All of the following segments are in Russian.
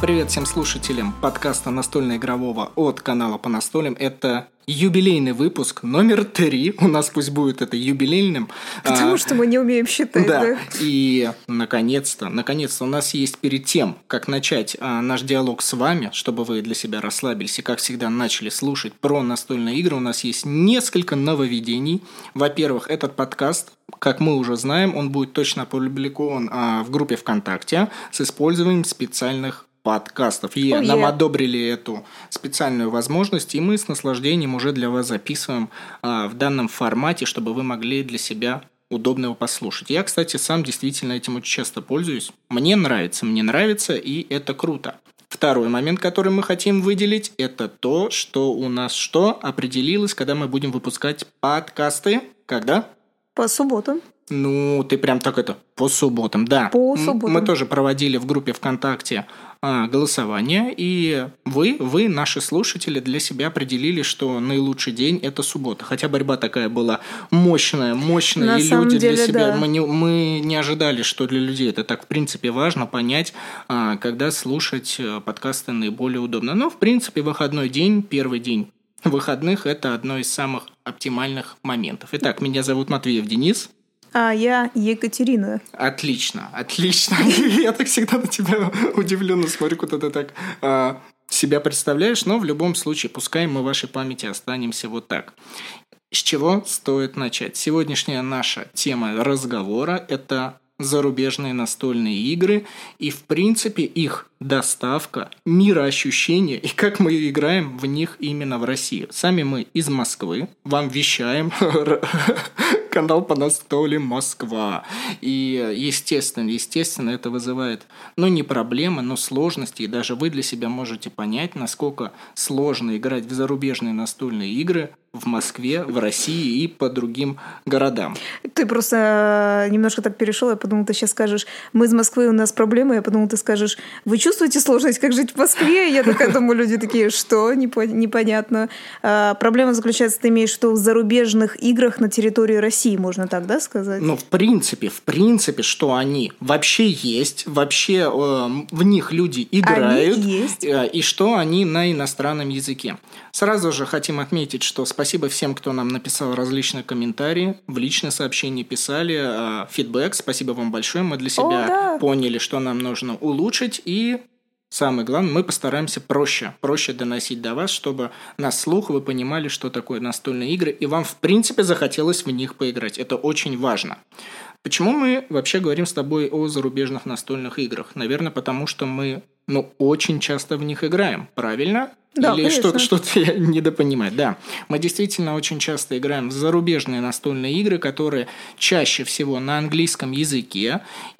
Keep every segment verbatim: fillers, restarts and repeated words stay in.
Привет всем слушателям подкаста настольно-игрового от канала по настолям. Это юбилейный выпуск номер три. У нас пусть будет это юбилейным. Потому а, что мы не умеем считать. Да. да. И наконец-то, наконец-то у нас есть перед тем, как начать а, наш диалог с вами, чтобы вы для себя расслабились и, как всегда, начали слушать про настольные игры, у нас есть несколько нововведений. Во-первых, этот подкаст, как мы уже знаем, он будет точно опубликован а, в группе ВКонтакте с использованием специальных подкастов. И oh, yeah. нам одобрили эту специальную возможность, и мы с наслаждением уже для вас записываем а, в данном формате, чтобы вы могли для себя удобно его послушать. Я, кстати, сам действительно этим очень часто пользуюсь. Мне нравится, мне нравится, и это круто. Второй момент, который мы хотим выделить, это то, что у нас что определилось, когда мы будем выпускать подкасты. Когда? По субботам. Ну, ты прям так это, по субботам, да. По субботам. Мы тоже проводили в группе ВКонтакте а, голосование, и вы, вы, наши слушатели, для себя определили, что наилучший день – это суббота. Хотя борьба такая была мощная, мощная, На и самом люди деле, для себя… да. Мы не, мы не ожидали, что для людей это так, в принципе, важно понять, а, когда слушать подкасты наиболее удобно. Но, в принципе, выходной день, первый день выходных – это одно из самых оптимальных моментов. Итак, меня зовут Матвеев Денис. А я Екатерина. Отлично, отлично. Я так всегда на тебя удивленно смотрю, куда ты так а, себя представляешь, но в любом случае, пускай мы в вашей памяти останемся вот так. С чего стоит начать? Сегодняшняя наша тема разговора – это зарубежные настольные игры и, в принципе, их доставка, мироощущение и как мы играем в них именно в России. Сами мы из Москвы, вам вещаем, канал по настолям Москва. И, естественно, естественно, это вызывает, ну, не проблемы, но сложности, и даже вы для себя можете понять, насколько сложно играть в зарубежные настольные игры в Москве, в России и по другим городам. Ты просто немножко так перешел, я подумала, ты сейчас скажешь, мы из Москвы, у нас проблемы, я подумала, ты скажешь, вы чувствуете сложность, как жить в Москве? Я такая думаю, люди такие, что? Непонятно. А, проблема заключается, ты имеешь в виду в зарубежных играх на территории России, можно так, да, сказать? Ну, в принципе, в принципе, что они вообще есть, вообще э, в них люди играют, они есть. Э, и что они на иностранном языке. Сразу же хотим отметить, что спасибо всем, кто нам написал различные комментарии, в личные сообщения писали, э, фидбэк, спасибо вам большое, мы для себя О, да. поняли, что нам нужно улучшить, и самое главное, мы постараемся проще, проще доносить до вас, чтобы на слух вы понимали, что такое настольные игры, и вам, в принципе, захотелось в них поиграть. Это очень важно. Почему мы вообще говорим с тобой о зарубежных настольных играх? Наверное, потому что мы, ну, очень часто в них играем, правильно? Да, Или конечно. что-то, что-то я недопонимаю. Да, мы действительно очень часто играем в зарубежные настольные игры, которые чаще всего на английском языке,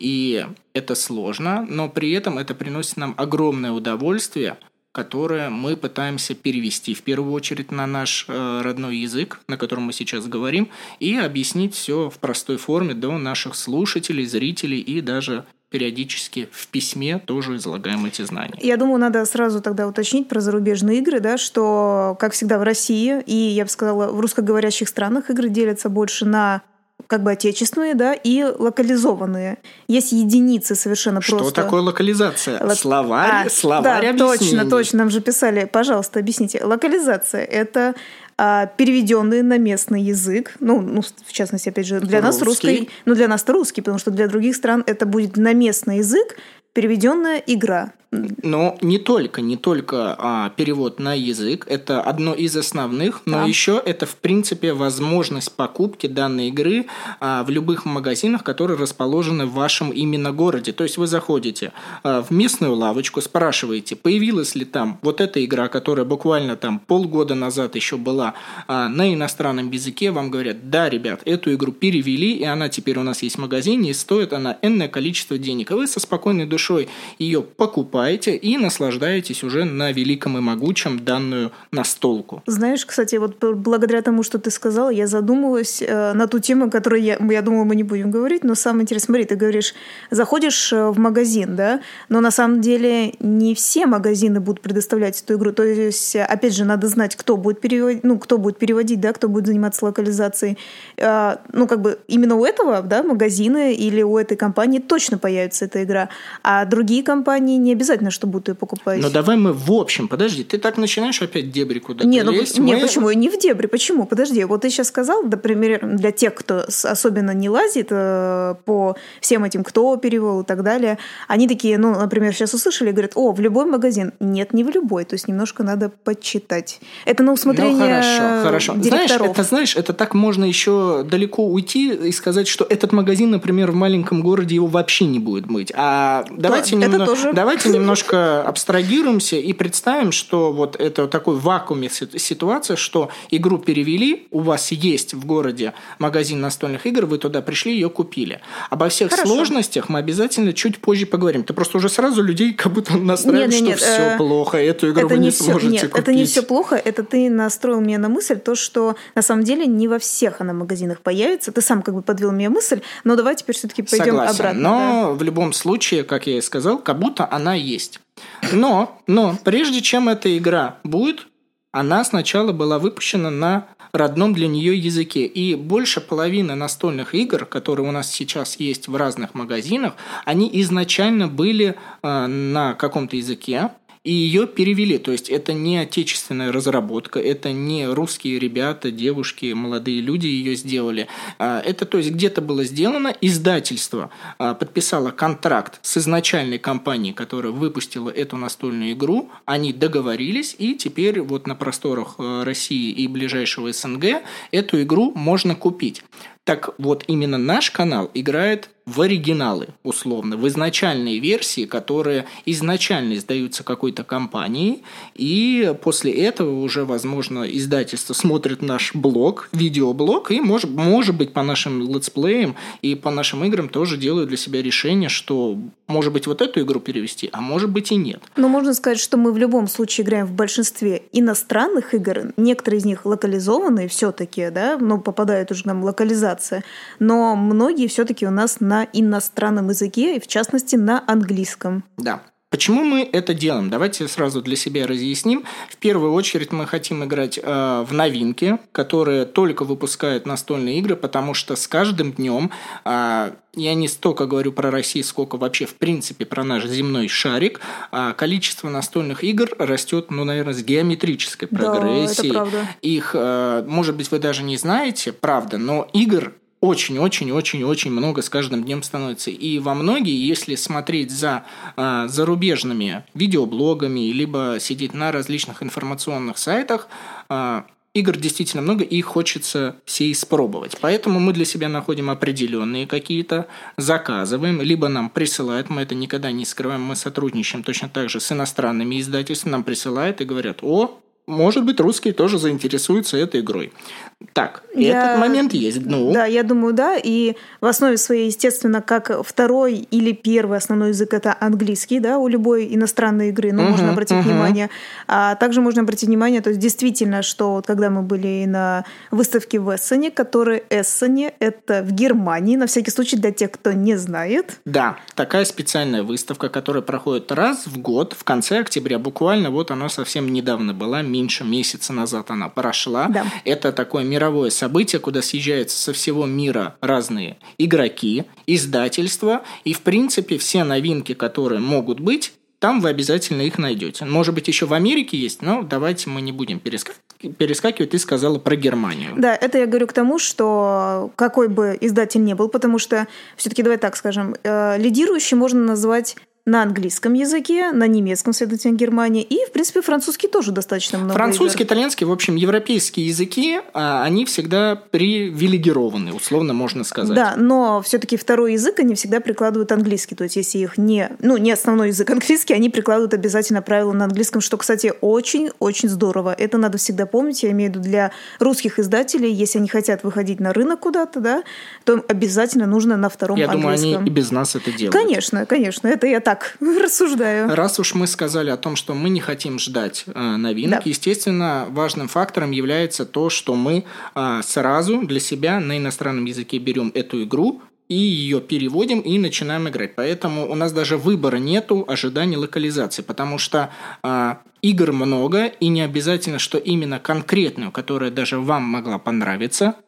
и это сложно, но при этом это приносит нам огромное удовольствие, которое мы пытаемся перевести в первую очередь на наш э, родной язык, на котором мы сейчас говорим, и объяснить все в простой форме до наших слушателей, зрителей и даже периодически в письме тоже излагаем эти знания. Я думаю, надо сразу тогда уточнить про зарубежные игры, да, что, как всегда, в России и, я бы сказала, в русскоговорящих странах игры делятся больше на как бы отечественные, да, и локализованные. Есть единицы совершенно что просто. Что такое локализация? Лок... Словарь, а, словарь да, объяснений. точно, точно, нам же писали. Пожалуйста, объясните. Локализация – это а, переведенные на местный язык, ну, ну, в частности, опять же, для русский. нас русский, ну, для нас русский, потому что для других стран это будет на местный язык переведенная игра. Но не только, не только а, перевод на язык, это одно из основных, но да. еще это, в принципе, возможность покупки данной игры а, в любых магазинах, которые расположены в вашем именно городе. То есть вы заходите а, в местную лавочку, спрашиваете, появилась ли там вот эта игра, которая буквально там полгода назад еще была а, на иностранном языке, вам говорят, да, ребят, эту игру перевели, и она теперь у нас есть в магазине, и стоит она энное количество денег. И вы со спокойной душой ее покупаете, и наслаждаетесь уже на великом и могучем данную настолку. Знаешь, кстати, вот благодаря тому, что ты сказала, я задумалась э, на ту тему, которую я, я думала, мы не будем говорить, но самое интересное, смотри, ты говоришь, заходишь в магазин, да, но на самом деле не все магазины будут предоставлять эту игру, то есть, опять же, надо знать, кто будет переводить, ну, кто будет переводить, да, кто будет заниматься локализацией. Э, ну, как бы именно у этого, да, магазина или у этой компании точно появится эта игра, а другие компании не обязательно обязательно, что будут ее покупать. Но давай мы в общем, подожди, ты так начинаешь опять в дебри куда-то не, ну, лезть. Не, мы... почему? Не в дебри, почему? Подожди, вот ты сейчас сказал, например, для тех, кто особенно не лазит э, по всем этим, кто перевел и так далее, они такие, ну, например, сейчас услышали и говорят, о, в любой магазин. Нет, не в любой, то есть немножко надо подчитать. Это на усмотрение ну, хорошо, хорошо. директоров. Знаешь, это, знаешь, это так можно еще далеко уйти и сказать, что этот магазин, например, в маленьком городе его вообще не будет быть. А давайте, немно... тоже... давайте немножко абстрагируемся и представим, что вот это такой в вакууме ситуация, что игру перевели, у вас есть в городе магазин настольных игр, вы туда пришли, ее купили. Обо всех Хорошо. сложностях мы обязательно чуть позже поговорим. Ты просто уже сразу людей как будто настраиваешь, нет, нет, что нет, все э... плохо, эту игру вы не, не все... сможете нет, купить. Это не все плохо, это ты настроил меня на мысль, то, что на самом деле не во всех она магазинах появится. Ты сам как бы подвел мне мысль, но давай теперь все-таки пойдем Согласен, обратно. Но да. в любом случае, как я и сказал, как будто она есть. Но, но прежде чем эта игра будет, она сначала была выпущена на родном для нее языке. И больше половины настольных игр, которые у нас сейчас есть в разных магазинах, они изначально были э, на каком-то языке, и ее перевели. То есть это не отечественная разработка, это не русские ребята, девушки, молодые люди ее сделали. Это, то есть, где-то было сделано, издательство подписало контракт с изначальной компанией, которая выпустила эту настольную игру, они договорились, и теперь вот на просторах России и ближайшего СНГ эту игру можно купить. Так вот, именно наш канал играет в оригиналы, условно, в изначальные версии, которые изначально издаются какой-то компанией, и после этого уже, возможно, издательство смотрит наш блог, видеоблог, и, может, может быть, по нашим летсплеям и по нашим играм тоже делают для себя решение, что, может быть, вот эту игру перевести, а может быть и нет. Но можно сказать, что мы в любом случае играем в большинстве иностранных игр, некоторые из них локализованные все-таки, да, но попадают уже к нам локализация, но многие все-таки у нас на иностранном языке, и в частности на английском. Да. Почему мы это делаем? Давайте сразу для себя разъясним. В первую очередь мы хотим играть э, в новинки, которые только выпускают настольные игры, потому что с каждым днем, э, я не столько говорю про Россию, сколько вообще в принципе про наш земной шарик, э, количество настольных игр растет, ну, наверное, с геометрической прогрессией. Да, это правда. Их, э, может быть, вы даже не знаете, правда, но игр очень-очень-очень-очень много с каждым днем становится. И во многие, если смотреть за а, зарубежными видеоблогами, либо сидеть на различных информационных сайтах, а, игр действительно много, и их хочется все испробовать. Поэтому мы для себя находим определенные какие-то, заказываем, либо нам присылают, мы это никогда не скрываем, мы сотрудничаем точно так же с иностранными издательствами, нам присылают и говорят: о, может быть, русские тоже заинтересуются этой игрой. Так, я... этот момент есть. Ну. Да, я думаю, да. И в основе своей, естественно, как второй или первый основной язык – это английский, да, у любой иностранной игры, ну, uh-huh, можно обратить uh-huh. внимание. А также можно обратить внимание, то есть действительно, что вот когда мы были на выставке в Эссене, которая Эссене – это в Германии, на всякий случай для тех, кто не знает. Да, такая специальная выставка, которая проходит раз в год, в конце октября, буквально вот она совсем недавно была, меньше месяца назад она прошла. Да. Это такое мировое событие, куда съезжаются со всего мира разные игроки, издательства, и, в принципе, все новинки, которые могут быть, там вы обязательно их найдете. Может быть, еще в Америке есть, но давайте мы не будем перескакивать. Перескакивать, ты сказала про Германию. Да, это я говорю к тому, что какой бы издатель ни был, потому что все-таки, давай так скажем, лидирующий можно назвать на английском языке, на немецком, следовательно, Германия, и, в принципе, французский тоже достаточно много. Французский, игр. итальянский, в общем, европейские языки, они всегда привилегированы, условно можно сказать. Да, но все-таки второй язык они всегда прикладывают английский, то есть если их не, ну, не основной язык английский, они прикладывают обязательно правила на английском, что, кстати, очень-очень здорово. Это надо всегда помнить, я имею в виду для русских издателей, если они хотят выходить на рынок куда-то, да, то им обязательно нужно на втором я английском. Я думаю, они и без нас это делают. Конечно, конечно, это я так рассуждаю. Раз уж мы сказали о том, что мы не хотим ждать э, новинок, да. Естественно, важным фактором является то, что мы э, сразу для себя на иностранном языке берем эту игру и ее переводим и начинаем играть. Поэтому у нас даже выбора нету ожидания локализации, потому что э, игр много, и не обязательно, что именно конкретную, которая даже вам могла понравиться,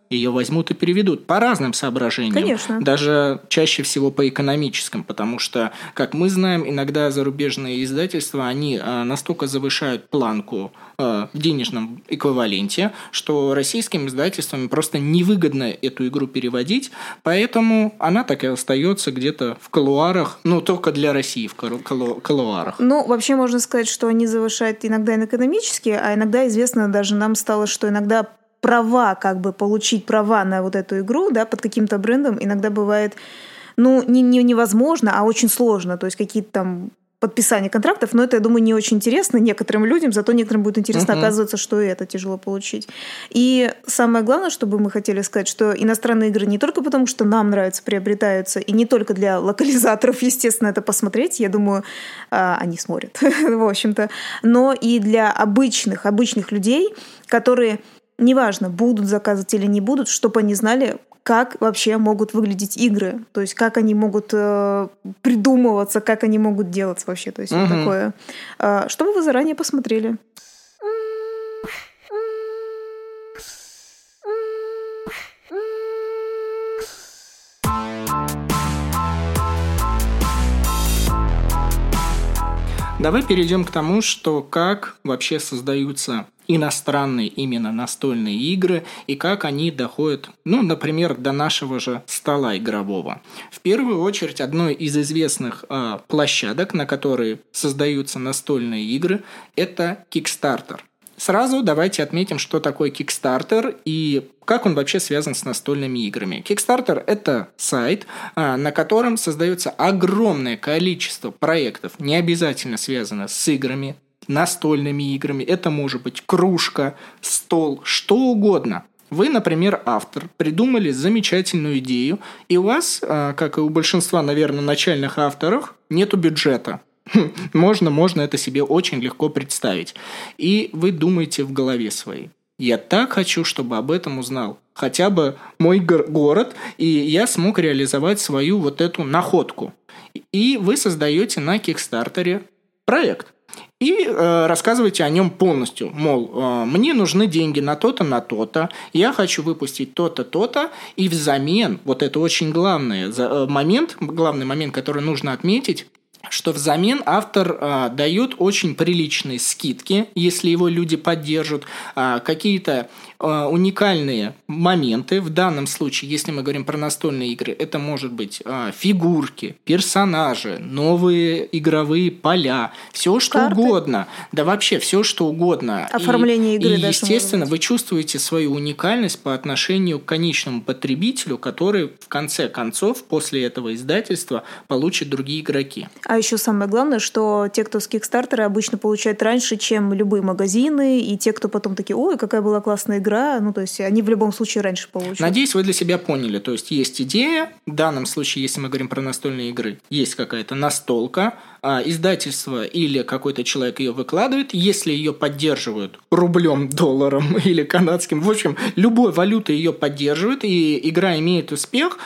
ее возьмут и переведут по разным соображениям. Конечно. Даже чаще всего по экономическим, потому что, как мы знаем, иногда зарубежные издательства, они настолько завышают планку в денежном эквиваленте, что российским издательствам просто невыгодно эту игру переводить, поэтому она так и остается где-то в колуарах, ну, только для России в колуарах. Ну, вообще можно сказать, что они завышают иногда и экономически, а иногда известно даже нам стало, что иногда права, как бы получить права на вот эту игру, да, под каким-то брендом иногда бывает, ну, не, не невозможно, а очень сложно, то есть какие-то там подписание контрактов, но это, я думаю, не очень интересно некоторым людям, зато некоторым будет интересно, uh-huh. оказывается, что и это тяжело получить. И самое главное, что бы мы хотели сказать, что иностранные игры не только потому, что нам нравятся, приобретаются, и не только для локализаторов, естественно, это посмотреть, я думаю, они смотрят, в общем-то, но и для обычных, обычных людей, которые, неважно, будут заказывать или не будут, чтобы они знали, как вообще могут выглядеть игры, то есть как они могут э, придумываться, как они могут делаться вообще, то есть угу. вот такое. Э, чтобы вы заранее посмотрели. Давай перейдем к тому, что как вообще создаются иностранные именно настольные игры и как они доходят, ну, например, до нашего же стола игрового. В первую очередь, одной из известных э, площадок, на которой создаются настольные игры, это Kickstarter. Сразу давайте отметим, что такое Kickstarter и как он вообще связан с настольными играми. Kickstarter – это сайт, на котором создается огромное количество проектов, не обязательно связанных с играми, настольными играми. Это может быть кружка, стол, что угодно. Вы, например, автор, придумали замечательную идею, и у вас, как и у большинства, наверное, начальных авторов, нету бюджета. Можно, можно это себе очень легко представить. И вы думаете в голове своей: я так хочу, чтобы об этом узнал хотя бы мой город, и я смог реализовать свою вот эту находку. И вы создаете на Кикстартере проект. И э, рассказывайте о нем полностью. Мол, э, мне нужны деньги на то-то, на то-то, я хочу выпустить то-то, то-то, и взамен, вот это очень главный момент, главный момент, который нужно отметить, что взамен автор а, дает очень приличные скидки, если его люди поддержат, а, какие-то а, уникальные моменты. В данном случае, если мы говорим про настольные игры, это может быть а, фигурки, персонажи, новые игровые поля, все что карты. Угодно. Да вообще все что угодно. Оформление и, игры. И, естественно, вы чувствуете свою уникальность по отношению к конечному потребителю, который в конце концов после этого издательства получат другие игроки. А еще самое главное, что те, кто с Кикстартера, обычно получают раньше, чем любые магазины, и те, кто потом такие: ой, какая была классная игра, ну, то есть они в любом случае раньше получат. Надеюсь, вы для себя поняли. То есть есть идея, в данном случае, если мы говорим про настольные игры, есть какая-то настолка, издательство или какой-то человек ее выкладывает, если ее поддерживают рублем, долларом или канадским, в общем, любой валютой ее поддерживают, и игра имеет успех,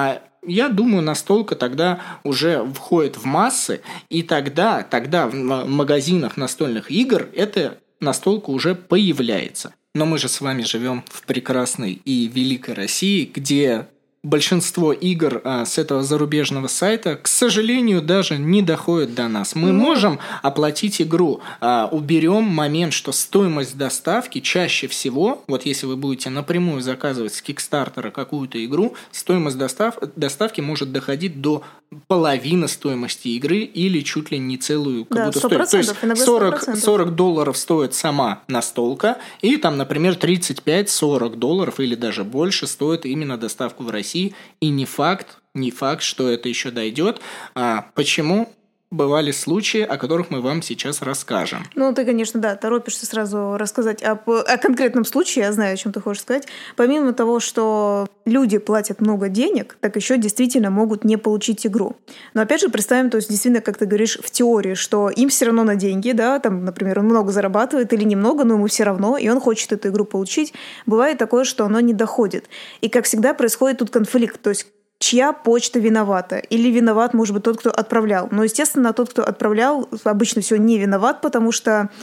я думаю, настолка тогда уже входит в массы, и тогда, тогда в магазинах настольных игр эта настолка уже появляется. Но мы же с вами живем в прекрасной и великой России, где большинство игр а, с этого зарубежного сайта, к сожалению, даже не доходят до нас. Мы mm. можем оплатить игру, а, уберем момент, что стоимость доставки чаще всего, вот если вы будете напрямую заказывать с Кикстартера какую-то игру, стоимость достав, доставки может доходить до половины стоимости игры или чуть ли не целую какую-то да, стоимость. То есть сорок, сорок долларов стоит сама настолка, и там, например, тридцать пять сорок долларов или даже больше стоит именно доставку в Россию. И не факт, не факт, что это еще дойдет. А почему? Бывали случаи, о которых мы вам сейчас расскажем. Ну, ты, конечно, да, торопишься сразу рассказать о, о конкретном случае, я знаю, о чем ты хочешь сказать. Помимо того, что люди платят много денег, так еще действительно могут не получить игру. Но опять же, представим, то есть действительно, как ты говоришь, в теории, что им все равно на деньги, да, там, например, он много зарабатывает или немного, но ему все равно, и он хочет эту игру получить. Бывает такое, что оно не доходит. И, как всегда, происходит тут конфликт, то есть чья почта виновата? Или виноват, может быть, тот, кто отправлял? Но, естественно, тот, кто отправлял, обычно все не виноват, потому что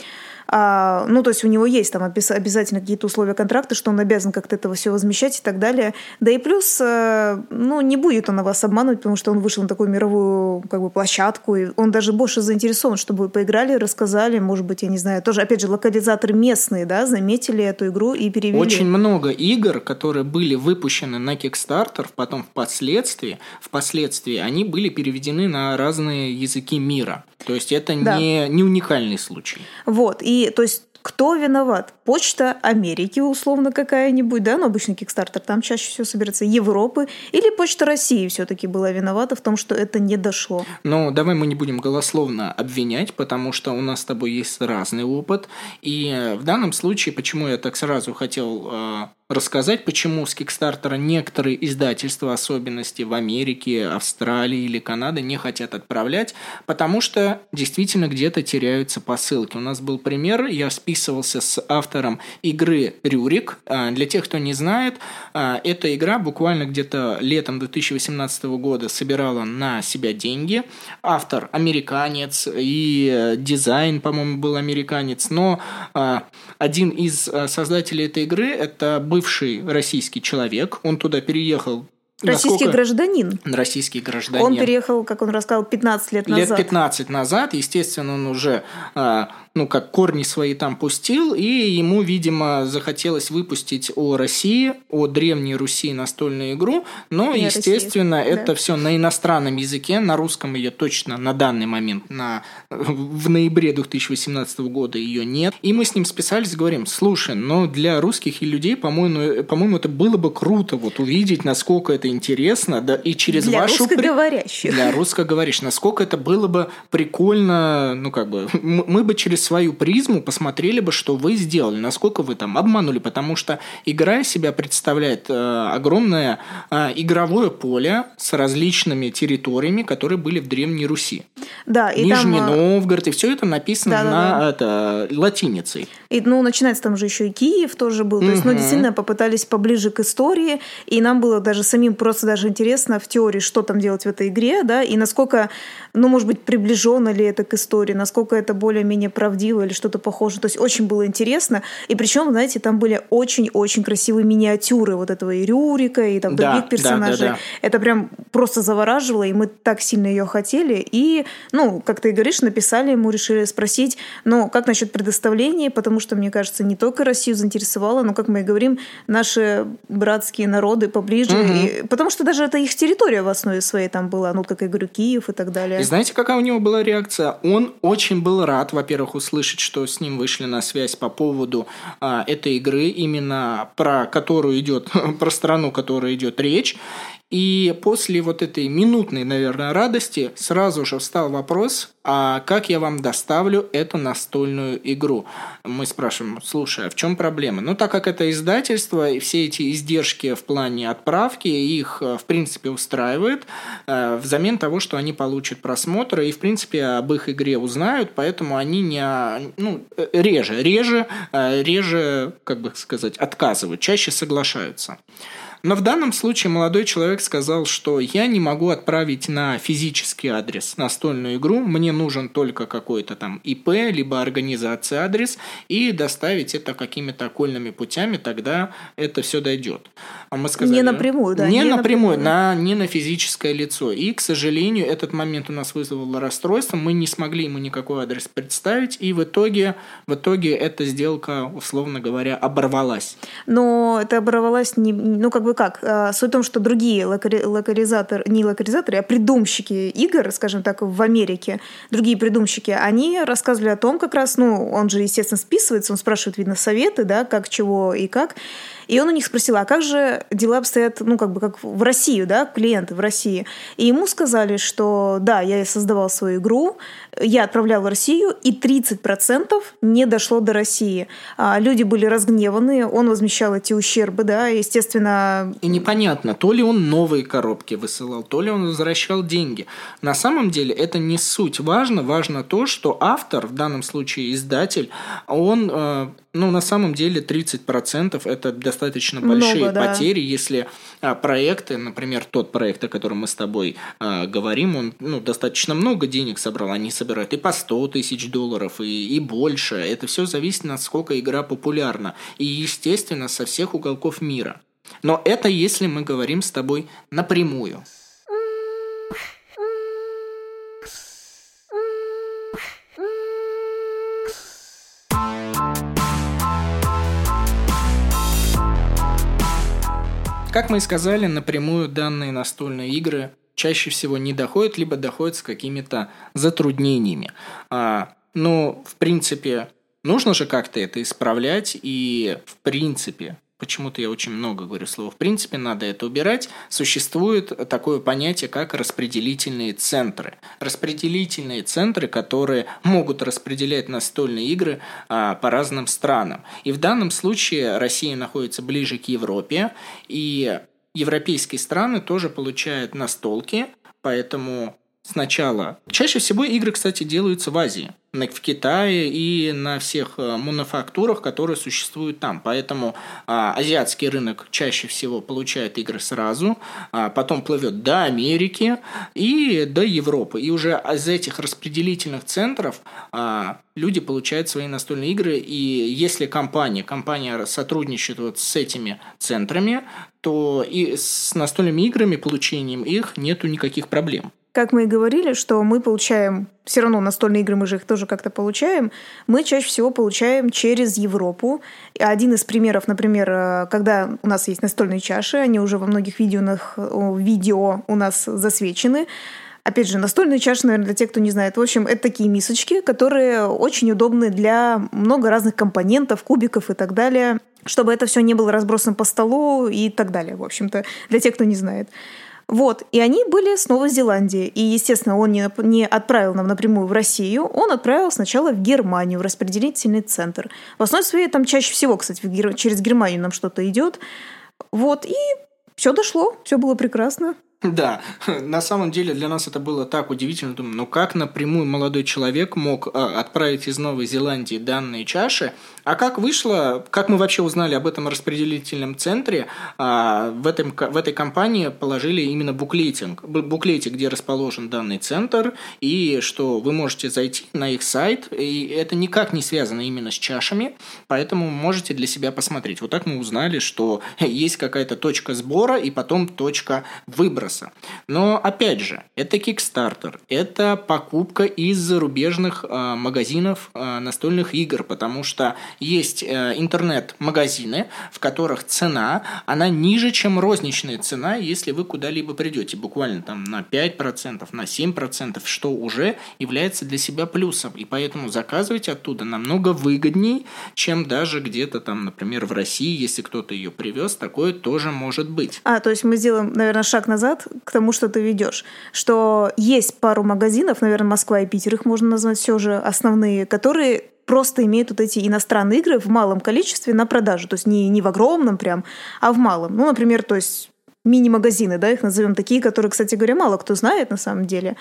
А, ну, то есть у него есть там обязательно какие-то условия контракта, что он обязан как-то этого все возмещать и так далее. Да и плюс, ну, не будет он вас обманывать, потому что он вышел на такую мировую как бы площадку, и он даже больше заинтересован, чтобы вы поиграли, рассказали, может быть, я не знаю, тоже, опять же, локализаторы местные, да, заметили эту игру и перевели. Очень много игр, которые были выпущены на Kickstarter, потом впоследствии, впоследствии они были переведены на разные языки мира. То есть это да. не, не уникальный случай. Вот, и то есть кто виноват? Почта Америки, условно, какая-нибудь, да, но обычно Kickstarter, там чаще всего собирается Европы, или Почта России все-таки была виновата в том, что это не дошло? Ну, давай мы не будем голословно обвинять, потому что у нас с тобой есть разный опыт, и в данном случае, почему я так сразу хотел э, рассказать, почему с Kickstarter некоторые издательства, особенности в Америке, Австралии или Канаде, не хотят отправлять, потому что действительно где-то теряются посылки. У нас был пример, я списывался с автором игры «Рюрик». Для тех, кто не знает, эта игра буквально где-то летом две тысячи восемнадцатого года собирала на себя деньги. Автор американец, и дизайн, по-моему, был американец, но один из создателей этой игры – это бывший российский человек. Он туда переехал. Российский Насколько... гражданин. Российский гражданин. Он переехал, как он рассказал, пятнадцать лет назад. Лет пятнадцать назад. Естественно, он уже, ну, как корни свои там пустил, и ему, видимо, захотелось выпустить о России, о Древней Руси настольную игру, но, и естественно, России, это да. все на иностранном языке, на русском ее точно на данный момент, на... в ноябре две тысячи восемнадцатого года ее нет. И мы с ним списались, говорим, слушай, но для русских и людей, по-моему, по-моему, это было бы круто вот увидеть, насколько это интересно, да, и через для вашу... русскоговорящих. Для русскоговорящих. Насколько это было бы прикольно, ну, как бы, мы бы через свою призму посмотрели бы, что вы сделали, насколько вы там обманули, потому что игра из себя представляет э, огромное э, игровое поле с различными территориями, которые были в Древней Руси. Да, и Нижний там... Новгород, и все это написано да, на да, да. Это, латиницей. И, ну, начинается там же еще и Киев тоже был. То есть, угу. ну, действительно, попытались поближе к истории, и нам было даже самим просто даже интересно в теории, что там делать в этой игре, да, и насколько, ну, может быть, приближенно ли это к истории, насколько это более-менее правдиво или что-то похоже. То есть очень было интересно. И причем, знаете, там были очень-очень красивые миниатюры вот этого и Рюрика, и там да, других персонажей. Да, да, да. Это прям просто завораживало, и мы так сильно ее хотели. И, ну, как ты и говоришь, написали ему, решили спросить, ну, как насчет предоставления, потому что, мне кажется, не только Россию заинтересовало, но, как мы и говорим, наши братские народы поближе. Угу. И, потому что даже это их территория в основе своей там была, ну, как я говорю, Киев и так далее. И знаете, какая у него была реакция? Он очень был рад, во-первых, услышать, что с ним вышли на связь по поводу а, этой игры, именно про которую идет, про страну, которой идет речь. И после вот этой минутной, наверное, радости сразу же встал вопрос, а как я вам доставлю эту настольную игру? Мы спрашиваем, слушай, а в чем проблема? Ну, так как это издательство, и все эти издержки в плане отправки их, в принципе, устраивает, взамен того, что они получат просмотры и, в принципе, об их игре узнают, поэтому они не, ну, реже, реже, реже, как бы сказать, отказывают, чаще соглашаются. Но в данном случае молодой человек сказал, что я не могу отправить на физический адрес настольную игру, мне нужен только какой-то там и пэ, либо организация адрес, и доставить это какими-то окольными путями, тогда это все дойдет. А мы сказали, не напрямую, да? Не, не напрямую, напрямую. На, не на физическое лицо. И, к сожалению, этот момент у нас вызвал расстройство, мы не смогли ему никакой адрес представить, и в итоге, в итоге эта сделка, условно говоря, оборвалась. Но это оборвалась, не, ну, как бы как? Суть в том, что другие локализаторы, не локализаторы, а придумщики игр, скажем так, в Америке, другие придумщики, они рассказывали о том как раз, ну, он же, естественно, списывается, он спрашивает, видно, советы, да, как, чего и как. И он у них спросил, а как же дела обстоят, ну, как бы, как в Россию, да, клиенты в России. И ему сказали, что да, я создавал свою игру, я отправлял в Россию, и тридцать процентов не дошло до России. А люди были разгневаны, он возмещал эти ущербы, да, естественно, И непонятно, то ли он новые коробки высылал, то ли он возвращал деньги. На самом деле это не суть важно. Важно то, что автор, в данном случае издатель, он, э, ну, на самом деле тридцать процентов это достаточно большие Много, да. потери, если э, проекты, например, тот проект, о котором мы с тобой э, говорим, он, ну, достаточно много денег собрал. Они собирают и по сто тысяч долларов, и, и больше. Это все зависит, насколько игра популярна. И, естественно, со всех уголков мира. Но это если мы говорим с тобой напрямую. Как мы и сказали, напрямую данные настольные игры чаще всего не доходят, либо доходят с какими-то затруднениями. А, но, в принципе, нужно же как-то это исправлять, и, в принципе, почему-то я очень много говорю слова «в принципе», надо это убирать. Существует такое понятие, как распределительные центры. Распределительные центры, которые могут распределять настольные игры а, по разным странам. И в данном случае Россия находится ближе к Европе, и европейские страны тоже получают настолки, поэтому сначала... Чаще всего игры, кстати, делаются в Азии, в Китае и на всех мануфактурах, которые существуют там. Поэтому а, азиатский рынок чаще всего получает игры сразу, а потом плывет до Америки и до Европы. И уже из этих распределительных центров а, люди получают свои настольные игры. И если компания, компания сотрудничает вот с этими центрами, то и с настольными играми, получением их, нету никаких проблем. Как мы и говорили, что мы получаем, все равно настольные игры, мы же их тоже как-то получаем, мы чаще всего получаем через Европу. Один из примеров, например, когда у нас есть настольные чаши, они уже во многих видео, видео у нас засвечены. Опять же, настольные чаши, наверное, для тех, кто не знает. В общем, это такие мисочки, которые очень удобны для много разных компонентов, кубиков и так далее, чтобы это все не было разбросано по столу и так далее, в общем-то, для тех, кто не знает. Вот, и они были с Новой Зеландии. И, естественно, он не, не отправил нам напрямую в Россию, он отправил сначала в Германию, в распределительный центр. В основе своей там чаще всего, кстати, в Гер... через Германию нам что-то идет. Вот, и все дошло, все было прекрасно. Да, на самом деле для нас это было так удивительно. Думаю, ну как напрямую молодой человек мог а, отправить из Новой Зеландии данные чаши? А как вышло, как мы вообще узнали об этом распределительном центре, а, в, этом, в этой компании положили именно буклетинг, буклетик, где расположен данный центр, и что вы можете зайти на их сайт, и это никак не связано именно с чашами, поэтому можете для себя посмотреть. Вот так мы узнали, что есть какая-то точка сбора и потом точка выброса. Но, опять же, это Kickstarter, это покупка из зарубежных э, магазинов э, настольных игр, потому что есть э, интернет-магазины, в которых цена, она ниже, чем розничная цена, если вы куда-либо придете, буквально там на пять процентов, на семь процентов, что уже является для себя плюсом, и поэтому заказывать оттуда намного выгодней, чем даже где-то там, например, в России, если кто-то ее привез, такое тоже может быть. А, то есть мы сделаем, наверное, шаг назад к тому, что ты ведешь, что есть пару магазинов, наверное, Москва и Питер, их можно назвать все же основные, которые просто имеют вот эти иностранные игры в малом количестве на продажу, то есть не, не в огромном прям, а в малом. Ну, например, то есть мини-магазины, да, их назовем такие, которые, кстати говоря, мало кто знает на самом деле.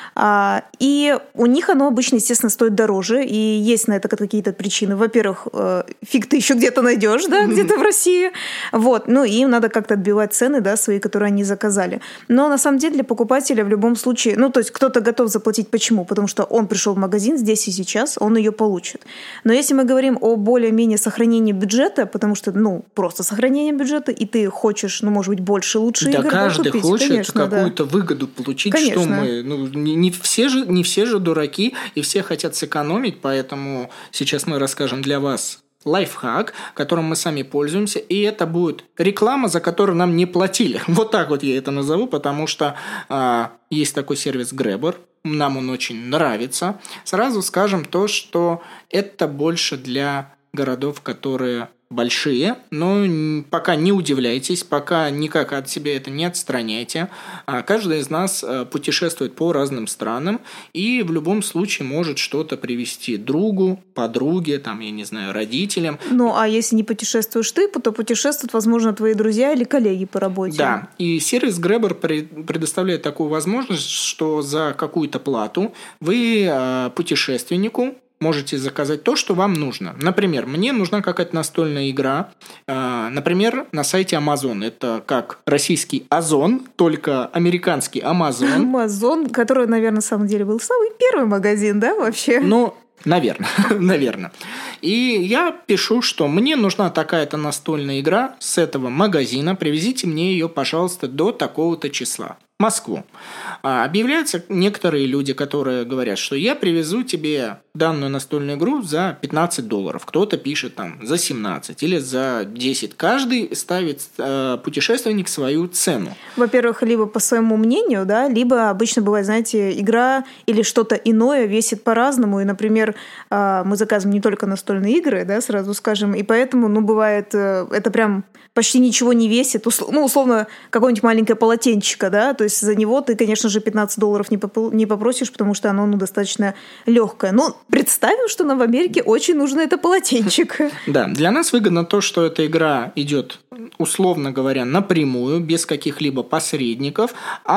А, и у них оно обычно, естественно, стоит дороже, и есть на это какие-то причины. Во-первых, э, фиг ты еще где-то найдешь, да, где-то в России. Вот. Ну, и им надо как-то отбивать цены, да, свои, которые они заказали. Но на самом деле для покупателя в любом случае, ну, то есть кто-то готов заплатить. Почему? Потому что он пришел в магазин здесь и сейчас, он ее получит. Но если мы говорим о более-менее сохранении бюджета, потому что, ну, просто сохранение бюджета, и ты хочешь, ну, может быть, больше, лучше да игр каждый купить, хочет конечно, какую-то да. выгоду получить, Конечно. что мы, ну, не, не все же, не все же дураки, и все хотят сэкономить, поэтому сейчас мы расскажем для вас лайфхак, которым мы сами пользуемся, и это будет реклама, за которую нам не платили. Вот так вот я это назову, потому что а, есть такой сервис Grabber, нам он очень нравится. Сразу скажем то, что это больше для городов, которые большие, но пока не удивляйтесь, пока никак от себя это не отстраняйте. Каждый из нас путешествует по разным странам и в любом случае может что-то привезти другу, подруге, там, я не знаю, родителям. Ну, а если не путешествуешь ты, то путешествуют, возможно, твои друзья или коллеги по работе. Да, и сервис Grabber предоставляет такую возможность, что за какую-то плату вы путешественнику можете заказать то, что вам нужно. Например, мне нужна какая-то настольная игра, э, например, на сайте Amazon. Это как российский Озон, только американский Amazon. Amazon, который, наверное, на самом деле был самый первый магазин, да, вообще? Ну, наверное, наверное. И я пишу, что мне нужна такая-то настольная игра с этого магазина, привезите мне ее, пожалуйста, до такого-то числа. Москву. Объявляются некоторые люди, которые говорят, что я привезу тебе данную настольную игру за пятнадцать долларов. Кто-то пишет там за семнадцать или за десять. Каждый ставит э, путешественник свою цену. Во-первых, либо по своему мнению, да, либо обычно бывает, знаете, игра или что-то иное весит по-разному. И, например, э, мы заказываем не только настольные игры, да, сразу скажем, и поэтому, ну, бывает, э, это прям почти ничего не весит. Усл- ну, условно, какое-нибудь маленькое полотенчико, да, то есть за него ты, конечно же, пятнадцать долларов не, поп- не попросишь, потому что оно, ну, достаточно легкое. Но представим, что нам в Америке очень нужно это полотенчик. Да, для нас выгодно то, что эта игра идет, условно говоря, напрямую, без каких-либо посредников,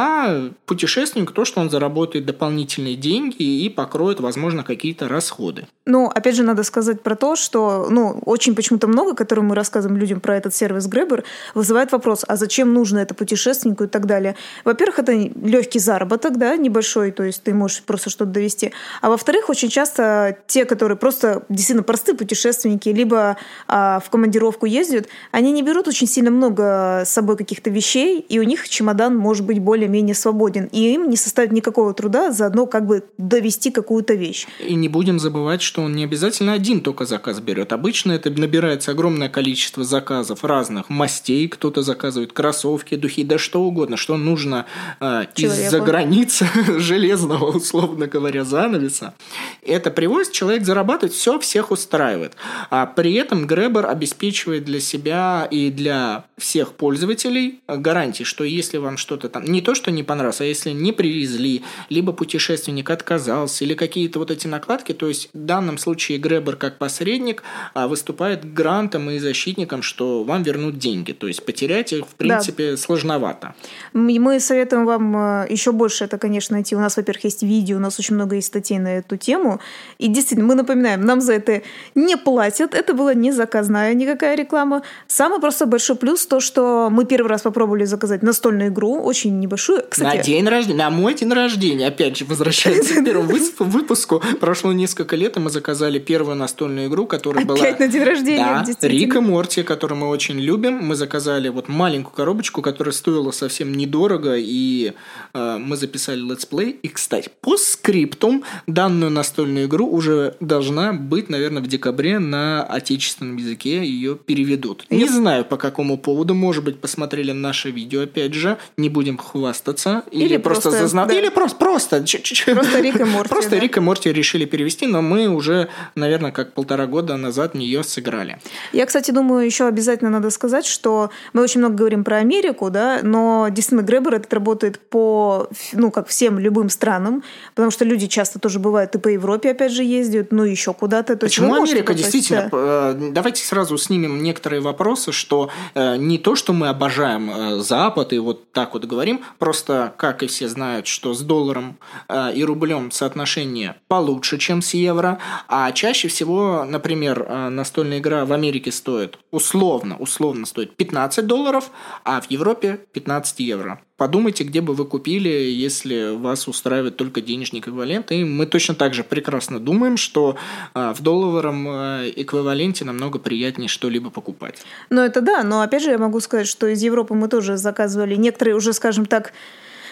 а путешественник то, что он заработает дополнительные деньги и покроет, возможно, какие-то расходы. Ну, опять же, надо сказать про то, что, ну, очень почему-то много, которые мы рассказываем людям про этот сервис Grabber, вызывает вопрос, а зачем нужно это путешественнику и так далее. Во-первых, это легкий заработок, да, небольшой, то есть ты можешь просто что-то довести. А во-вторых, очень часто те, которые просто действительно простые путешественники, либо а, в командировку ездят, они не берут очень сильно много с собой каких-то вещей, и у них чемодан может быть более-менее свободен. И им не составит никакого труда заодно как бы довести какую-то вещь. И не будем забывать, что он не обязательно один только заказ берет. Обычно это набирается огромное количество заказов разных мастей. Кто-то заказывает кроссовки, духи, да что угодно, что нужно э, из-за границы железного, условно говоря, занавеса. Это привозит, человек зарабатывает, все всех устраивает. А при этом Grabber обеспечивает для себя и для всех пользователей гарантии, что если вам что-то там не то, что не понравилось, а если не привезли, либо путешественник отказался, или какие-то вот эти накладки, то есть в данном случае Grabber как посредник выступает гарантом и защитником, что вам вернут деньги. То есть потерять их, в принципе, да. сложновато. Мы советуем вам еще больше это, конечно, найти. У нас, во-первых, есть видео, у нас очень много есть статей на эту тему. И действительно, мы напоминаем, нам за это не платят. Это была не заказная никакая реклама. Самый просто большой плюс то, что мы первый раз попробовали заказать настольную игру, очень небольшую. Кстати, на день рождения, на мой день рождения, опять же, возвращаясь к первому выпуску, прошло несколько лет, и мы заказали первую настольную игру, которая была... Опять на день рождения, да, Рик и Морти, которую мы очень любим. Мы заказали вот маленькую коробочку, которая стоила совсем недорого, и э, мы записали летсплей. И, кстати, по скриптум данную настольную игру уже должна быть, наверное, в декабре на отечественном языке ее переведут. Не знаю, по какому поводу. Может быть, посмотрели наше видео, опять же. Не будем хвастаться. Или, или просто, просто зазнали. Да. Или просто... Просто, просто Рик и Морти. Просто да. Рик и Морти решили перевести, но мы уже, наверное, как полтора года назад в нее сыграли. Я, кстати, думаю, еще обязательно надо сказать, что мы очень много говорим про Америку, да, но действительно Grabber этот работает по, ну, как всем любым странам, потому что люди часто тоже бывают и по Европе, опять же, ездят, ну, еще куда-то. То Почему Америка? Действительно, да. Давайте сразу снимем некоторые вопросы, что э, не то, что мы обожаем э, Запад и вот так вот говорим, просто, как и все знают, что с долларом э, и рублем соотношение получше, чем с евро, а чаще всего, например, э, настольная игра в Америке стоит условно, условно стоит пятнадцать долларов, а в Европе пятнадцать евро. Подумайте, где бы вы купили, если вас устраивает только денежный эквивалент. И мы точно так же прекрасно думаем, что а, в долларовом а, эквиваленте намного приятнее что-либо покупать. Ну, это да, но опять же я могу сказать, что из Европы мы тоже заказывали некоторые уже, скажем так,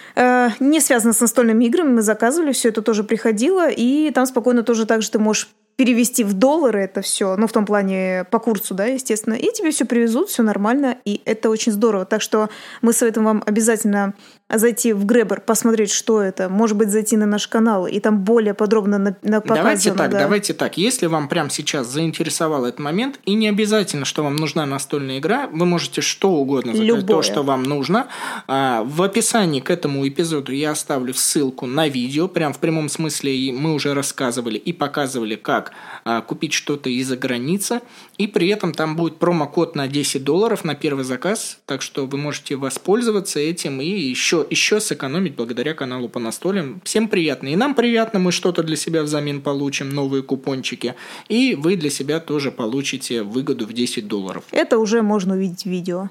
не связано с настольными играми, мы заказывали, все это тоже приходило, и там спокойно тоже так же ты можешь перевести в доллары это все, ну, в том плане по курсу, да, естественно, и тебе все привезут, все нормально, и это очень здорово. Так что мы советуем вам обязательно зайти в Grabber, посмотреть, что это, может быть, зайти на наш канал, и там более подробно на, на показано. Давайте так, да. давайте так. Если вам прямо сейчас заинтересовал этот момент, и не обязательно, что вам нужна настольная игра, вы можете что угодно заказать, Любое. то, что вам нужно. В описании к этому эпизоду я оставлю ссылку на видео, прям в прямом смысле, и мы уже рассказывали и показывали, как купить что-то из-за границы, и при этом там будет промокод на десять долларов на первый заказ, так что вы можете воспользоваться этим и еще, еще сэкономить благодаря каналу по настольным. Всем приятно, и нам приятно, мы что-то для себя взамен получим, новые купончики, и вы для себя тоже получите выгоду в десять долларов. Это уже можно увидеть в видео.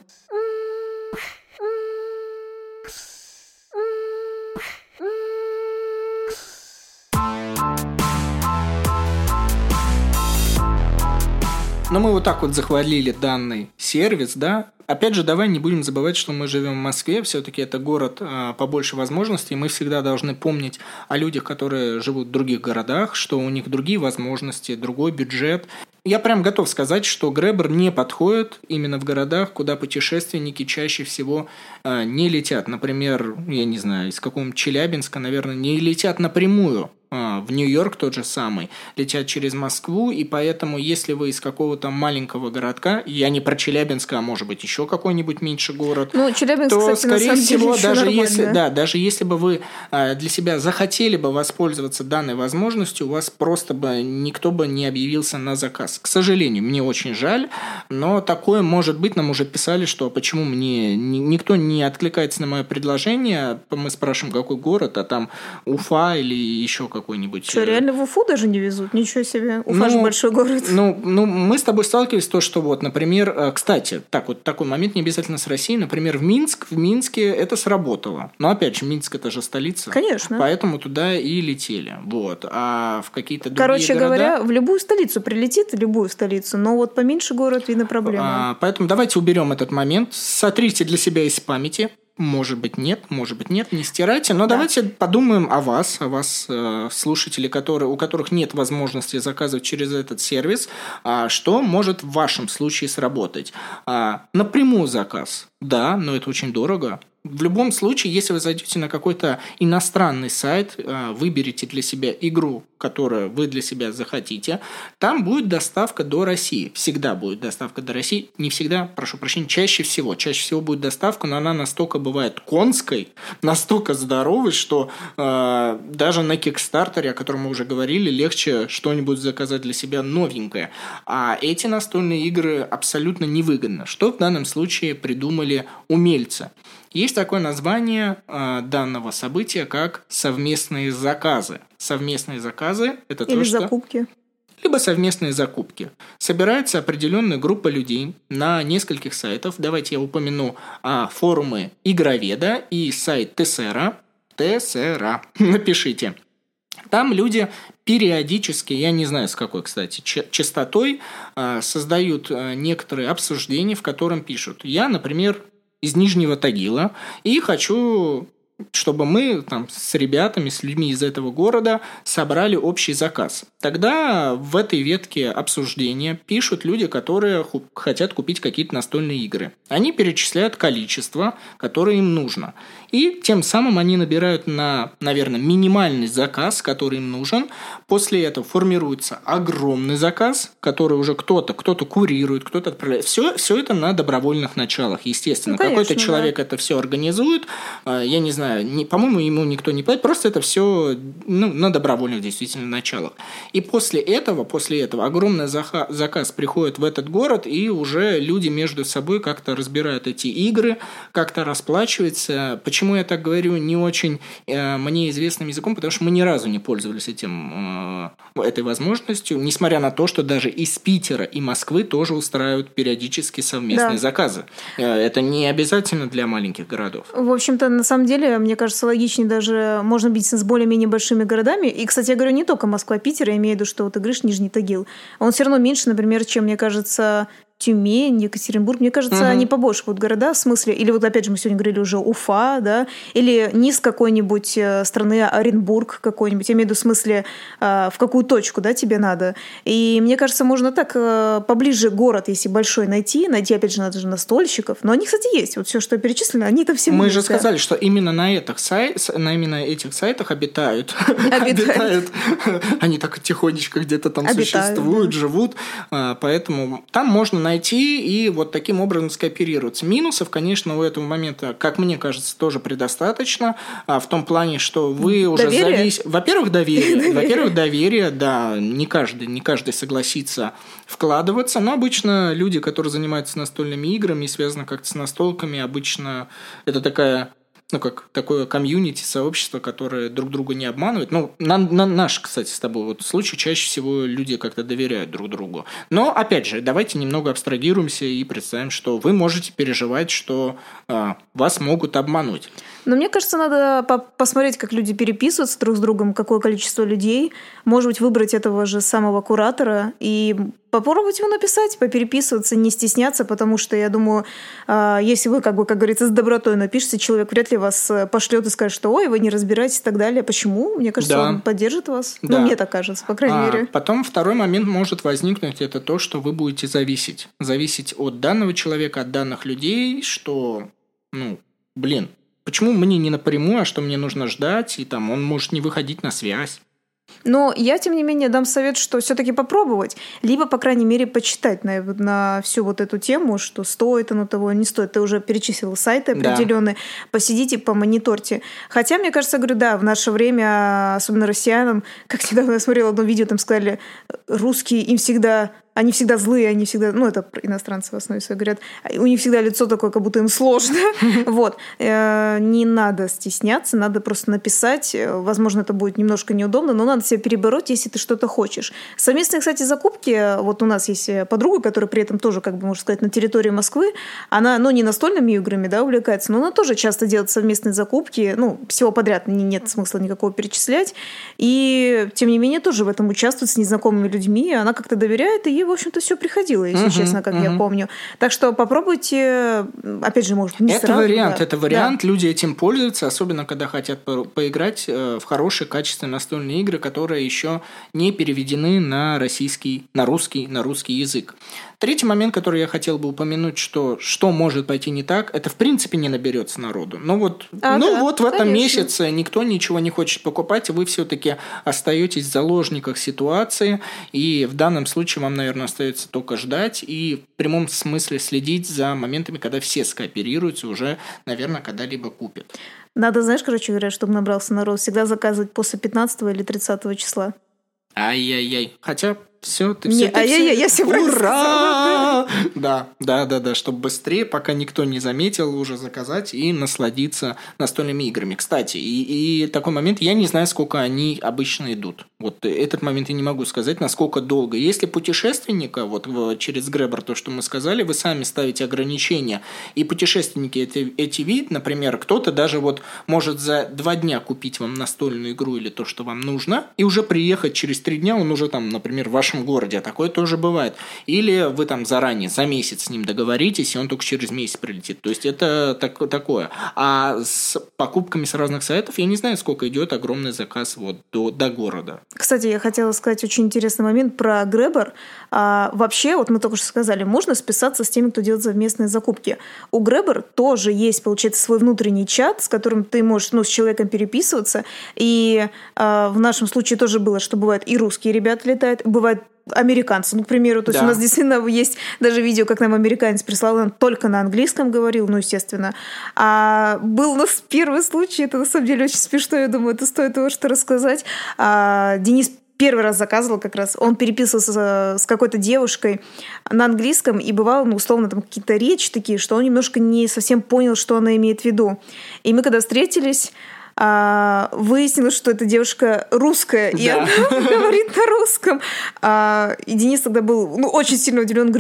Но мы вот так вот захвалили данный сервис, да. Опять же, давай не будем забывать, что мы живем в Москве, все-таки это город а, побольше возможностей, и мы всегда должны помнить о людях, которые живут в других городах, что у них другие возможности, другой бюджет. Я прям готов сказать, что Grabber не подходит именно в городах, куда путешественники чаще всего а, не летят. Например, я не знаю, из какого-нибудь Челябинска, наверное, не летят напрямую. В Нью-Йорк тот же самый, летят через Москву, и поэтому, если вы из какого-то маленького городка, я не про Челябинск, а может быть еще какой-нибудь меньший город, ну, Челябинск, то, кстати, скорее на самом всего, деле даже еще если, да, да, даже если бы вы для себя захотели бы воспользоваться данной возможностью, у вас просто бы никто бы не объявился на заказ. К сожалению, мне очень жаль, но такое может быть. Нам уже писали, что почему мне никто не откликается на мое предложение. Мы спрашиваем, какой город, а там Уфа или еще какой какой-нибудь... Что, реально в Уфу даже не везут? Ничего себе. Уфа ну, же большой город. Ну, ну, мы с тобой сталкивались то, что вот, например, кстати, так вот такой момент не обязательно с Россией. Например, в Минск, в Минске это сработало. Но опять же, Минск это же столица. Конечно. Поэтому туда и летели. Вот. А в какие-то другие Короче города... говоря, в любую столицу прилетит, любую столицу, но вот поменьше город, видно, проблема. А, поэтому давайте уберем этот момент. Сотрите для себя из памяти. Может быть, нет, может быть, нет, не стирайте. Но да. Давайте подумаем о вас, о вас, э, слушатели, которые, у которых нет возможности заказывать через этот сервис, а, что может в вашем случае сработать. А, напрямую заказ, да, но это очень дорого. В любом случае, если вы зайдете на какой-то иностранный сайт, выберете для себя игру, которую вы для себя захотите, там будет доставка до России. Всегда будет доставка до России. Не всегда, прошу прощения, чаще всего. Чаще всего будет доставка, но она настолько бывает конской, настолько здоровой, что э, даже на Кикстартере, о котором мы уже говорили, легче что-нибудь заказать для себя новенькое. А эти настольные игры абсолютно невыгодно. Что в данном случае придумали умельцы? Есть такое название э, данного события, как совместные заказы. Совместные заказы – это Или то, что... закупки. Либо совместные закупки. Собирается определенная группа людей на нескольких сайтах. Давайте я упомяну а, форумы Игроведа и сайт Тессера. Тессера. Напишите. Там люди периодически, я не знаю с какой, кстати, частотой, э, создают э, некоторые обсуждения, в котором пишут. Я, например, из Нижнего Тагила, и хочу, чтобы мы там с ребятами, с людьми из этого города собрали общий заказ. Тогда в этой ветке обсуждения пишут люди, которые ху- хотят купить какие-то настольные игры. Они перечисляют количество, которое им нужно. И тем самым они набирают на, наверное, минимальный заказ, который им нужен. После этого формируется огромный заказ, который уже кто-то, кто-то курирует, кто-то отправляет. Все, все это на добровольных началах, естественно. Ну, конечно, какой-то человек да. это все организует. Я не знаю, не, по-моему, ему никто не платит. Просто это все ну, на добровольных действительно началах. И после этого, после этого огромный заха- заказ приходит в этот город, и уже люди между собой как-то разбирают эти игры, как-то расплачиваются. Почему я так говорю не очень э, мне известным языком? Потому что мы ни разу не пользовались этим, э, этой возможностью, несмотря на то, что даже из Питера и Москвы тоже устраивают периодически совместные да. заказы. Э, это не обязательно для маленьких городов. В общем-то, на самом деле, мне кажется, логичнее даже можно бить с более-менее большими городами. И, кстати, я говорю не только Москва, Питер, я имею в виду, что вот игрыш Нижний Тагил. Он все равно меньше, например, чем, мне кажется, Тюмень, Екатеринбург, мне кажется, угу. они побольше будут города, в смысле, или вот опять же мы сегодня говорили уже Уфа, да, или низ какой-нибудь страны Оренбург какой-нибудь, я имею в виду в смысле, в какую точку, да, тебе надо. И мне кажется, можно так поближе город, если большой, найти, найти, опять же, надо же настольщиков, но они, кстати, есть, вот все, что перечислено, они там все Мы есть, же да. сказали, что именно на этих, сай... на именно этих сайтах обитают, обитают, они так тихонечко где-то там существуют, живут, поэтому там можно найти найти и вот таким образом скооперироваться. Минусов, конечно, у этого момента, как мне кажется, тоже предостаточно, а в том плане, что вы уже зависите... Во-первых, доверие. Во-первых, доверие, да, не каждый, не каждый согласится вкладываться, но обычно люди, которые занимаются настольными играми и связаны как-то с настолками, обычно это такая... ну, как такое комьюнити, сообщество, которое друг друга не обманывает. Ну, на, на наш, кстати, с тобой вот случай, чаще всего люди как-то доверяют друг другу. Но, опять же, давайте немного абстрагируемся и представим, что вы можете переживать, что а, вас могут обмануть. Но мне кажется, надо по- посмотреть, как люди переписываются друг с другом, какое количество людей. Может быть, выбрать этого же самого куратора и попробовать ему написать, попереписываться, не стесняться, потому что, я думаю, если вы, как бы, как говорится, с добротой напишете, человек вряд ли вас пошлет и скажет, что ой, вы не разбираетесь и так далее. Почему? Мне кажется, да. он поддержит вас. Да. Ну, мне так кажется, по крайней а, мере. Потом второй момент может возникнуть, это то, что вы будете зависеть. Зависеть от данного человека, от данных людей, что, ну, блин, почему мне не напрямую, а что мне нужно ждать, и там он может не выходить на связь. Но я, тем не менее, дам совет, что все-таки попробовать, либо, по крайней мере, почитать на, на всю вот эту тему, что стоит оно того, не стоит. Ты уже перечислил сайты определенные, да. Посидите, помониторьте. Хотя, мне кажется, говорю, да, в наше время, особенно россиянам, как недавно я смотрела одно видео, там сказали, русские им всегда... Они всегда злые, они всегда... Ну, это иностранцы в основе своей говорят. У них всегда лицо такое, как будто им сложно. Вот. Не надо стесняться, надо просто написать. Возможно, это будет немножко неудобно, но надо себя перебороть, если ты что-то хочешь. Совместные, кстати, закупки. Вот у нас есть подруга, которая при этом тоже, как бы, можно сказать, на территории Москвы. Она, ну, не настольными играми, да, увлекается, но она тоже часто делает совместные закупки. Ну, всего подряд нет смысла никакого перечислять. И, тем не менее, тоже в этом участвует с незнакомыми людьми. Она как-то доверяет, и в общем-то, все приходило, если uh-huh, честно, как uh-huh. я помню. Так что попробуйте, опять же, может, не это сразу. Вариант, да. Это вариант, да. люди этим пользуются, особенно когда хотят по- поиграть в хорошие, качественные настольные игры, которые еще не переведены на российский, на русский, на русский язык. Третий момент, который я хотел бы упомянуть, что что может пойти не так, это в принципе не наберется народу. Но вот, а, ну, да, вот в этом конечно. месяце никто ничего не хочет покупать, и вы все-таки остаетесь в заложниках ситуации, и в данном случае вам, наверное, остается только ждать и в прямом смысле следить за моментами, когда все скооперируются, уже, наверное, когда-либо купят. Надо, знаешь, короче говоря, чтобы набрался народ, всегда заказывать после пятнадцатого или тридцатого числа. Ай-яй-яй. Хотя... Все, ты не, все, ты а все... я, я, я все Ура! Да, да, да, да, чтобы быстрее, пока никто не заметил, уже заказать и насладиться настольными играми. Кстати, и, и такой момент, я не знаю, сколько они обычно идут. Вот этот момент я не могу сказать, насколько долго. Если путешественника, вот через Гребер, то, что мы сказали, вы сами ставите ограничения, и путешественники эти, эти вид, например, кто-то даже вот может за два дня купить вам настольную игру или то, что вам нужно, и уже приехать через три дня, он уже там, например, в вашем городе, а такое тоже бывает. Или вы там заранее, за месяц с ним договоритесь, и он только через месяц прилетит. То есть это так, такое. А с покупками с разных сайтов, я не знаю, сколько идет огромный заказ вот до, до города. Кстати, я хотела сказать очень интересный момент про Гребер. А, вообще, вот мы только что сказали, можно списаться с теми, кто делает совместные закупки. У Гребер тоже есть, получается, свой внутренний чат, с которым ты можешь, ну, с человеком переписываться. И а, в нашем случае тоже было, что бывает и русские ребята летают, бывает американцы, ну, к примеру, то есть да. у нас действительно есть даже видео, как нам американец прислал, он только на английском говорил, ну, естественно. А был у нас первый случай, это на самом деле очень смешно, я думаю, это стоит того, что рассказать. А, Денис первый раз заказывал как раз, он переписывался с какой-то девушкой на английском, и бывало, ну, условно, там какие-то речи такие, что он немножко не совсем понял, что она имеет в виду. И мы когда встретились, А, выяснилось, что эта девушка русская, да. и она говорит на русском. А, и Денис тогда был ну, очень сильно удивлен, он говорит,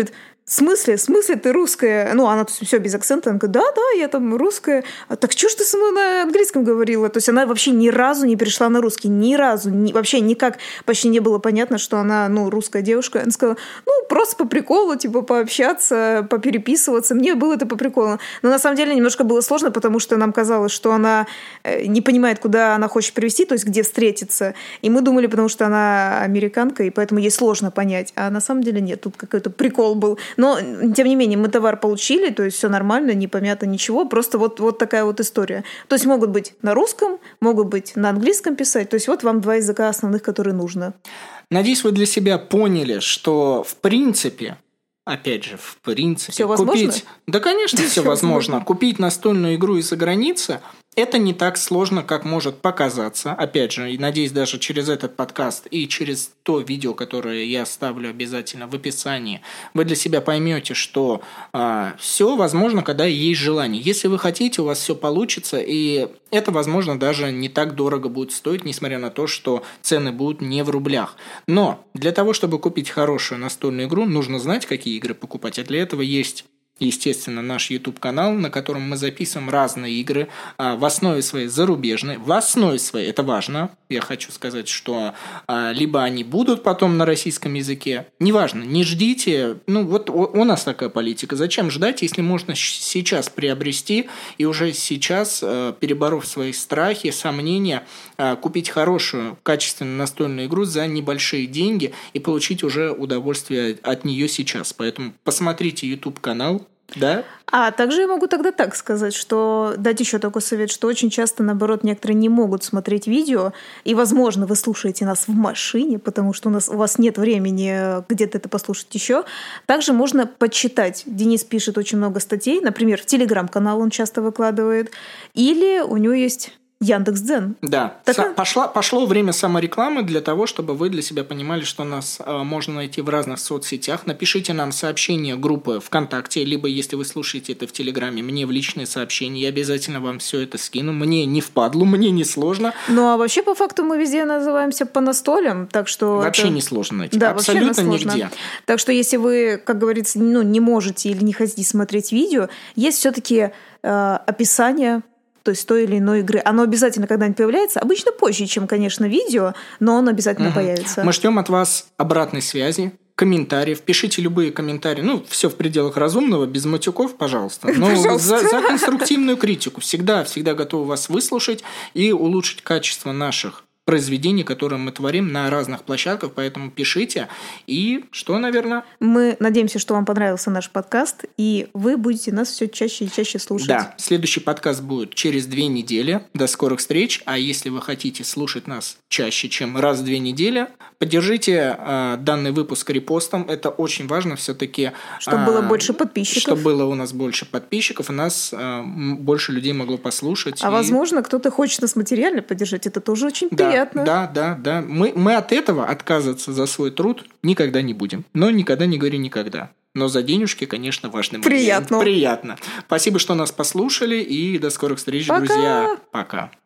в смысле, в смысле ты русская? Ну, она все без акцента. Она говорит, да, да, я там русская. А так что ж ты со мной на английском говорила? То есть она вообще ни разу не перешла на русский. Ни разу. Ни, вообще никак почти не было понятно, что она, ну, русская девушка. Она сказала, ну, просто по приколу, типа, пообщаться, попереписываться. Мне было это по приколу. Но на самом деле немножко было сложно, потому что нам казалось, что она не понимает, куда она хочет привезти, то есть где встретиться. И мы думали, потому что она американка, и поэтому ей сложно понять. А на самом деле нет, тут какой-то прикол был. Но, тем не менее, мы товар получили, то есть все нормально, не помято ничего, просто вот, вот такая вот история. То есть могут быть на русском, могут быть на английском писать, то есть вот вам два языка основных, которые нужно. Надеюсь, вы для себя поняли, что в принципе, опять же, в принципе, все возможно? Купить... Да, конечно, все возможно. Купить настольную игру из-за границы – это не так сложно, как может показаться. Опять же, и надеюсь, даже через этот подкаст и через то видео, которое я ставлю обязательно в описании, вы для себя поймете, что а, все возможно, когда есть желание. Если вы хотите, у вас все получится, и это, возможно, даже не так дорого будет стоить, несмотря на то, что цены будут не в рублях. Но для того, чтобы купить хорошую настольную игру, нужно знать, какие игры покупать. А для этого есть, естественно, наш YouTube-канал, на котором мы записываем разные игры, а, в основе своей зарубежные. В основе своей, это важно, я хочу сказать, что а, либо они будут потом на российском языке, неважно, не ждите, ну вот у, у нас такая политика, зачем ждать, если можно сейчас приобрести и уже сейчас, а, переборов свои страхи, сомнения, а, купить хорошую, качественную настольную игру за небольшие деньги и получить уже удовольствие от нее сейчас. Поэтому посмотрите YouTube-канал. Да? А также я могу тогда так сказать, что дать еще такой совет, что очень часто, наоборот, некоторые не могут смотреть видео, и, возможно, вы слушаете нас в машине, потому что у, нас, у вас нет времени где-то это послушать еще. Также можно почитать. Денис пишет очень много статей, например, в Телеграм-канал он часто выкладывает, или у него есть Яндекс.Дзен. Да. Так... Пошла, пошло время саморекламы для того, чтобы вы для себя понимали, что нас э, можно найти в разных соцсетях. Напишите нам сообщение группы ВКонтакте, либо, если вы слушаете это в Телеграме, мне в личные сообщения. Я обязательно вам все это скину. Мне не впадлу, мне не сложно. Ну, а вообще, по факту, мы везде называемся по настолям, так что... Вообще это... не сложно найти. Да, абсолютно нигде. Так что, если вы, как говорится, ну, не можете или не хотите смотреть видео, есть все-таки э, описание, то есть той или иной игры. Оно обязательно когда-нибудь появляется, обычно позже, чем, конечно, видео, но оно обязательно угу. появится. Мы ждем от вас обратной связи, комментариев. Пишите любые комментарии. Ну, все в пределах разумного, без матюков, пожалуйста. Но пожалуйста. За, за конструктивную критику. Всегда, всегда готовы вас выслушать и улучшить качество наших произведений, которые мы творим на разных площадках, поэтому пишите. И что, наверное? Мы надеемся, что вам понравился наш подкаст, и вы будете нас все чаще и чаще слушать. Да, следующий подкаст будет через две недели. До скорых встреч. А если вы хотите слушать нас чаще, чем раз в две недели, поддержите э, данный выпуск репостом. Это очень важно все-таки. Чтобы э, было больше подписчиков. Чтобы было у нас больше подписчиков, и нас э, больше людей могло послушать. А и... возможно, кто-то хочет нас материально поддержать. Это тоже очень да. приятно. Да, да, да. Мы, мы от этого отказываться за свой труд никогда не будем. Но никогда не говори никогда. Но за денежки, конечно, важно. Приятно. Приятно. Спасибо, что нас послушали. И до скорых встреч, Пока. друзья. Пока.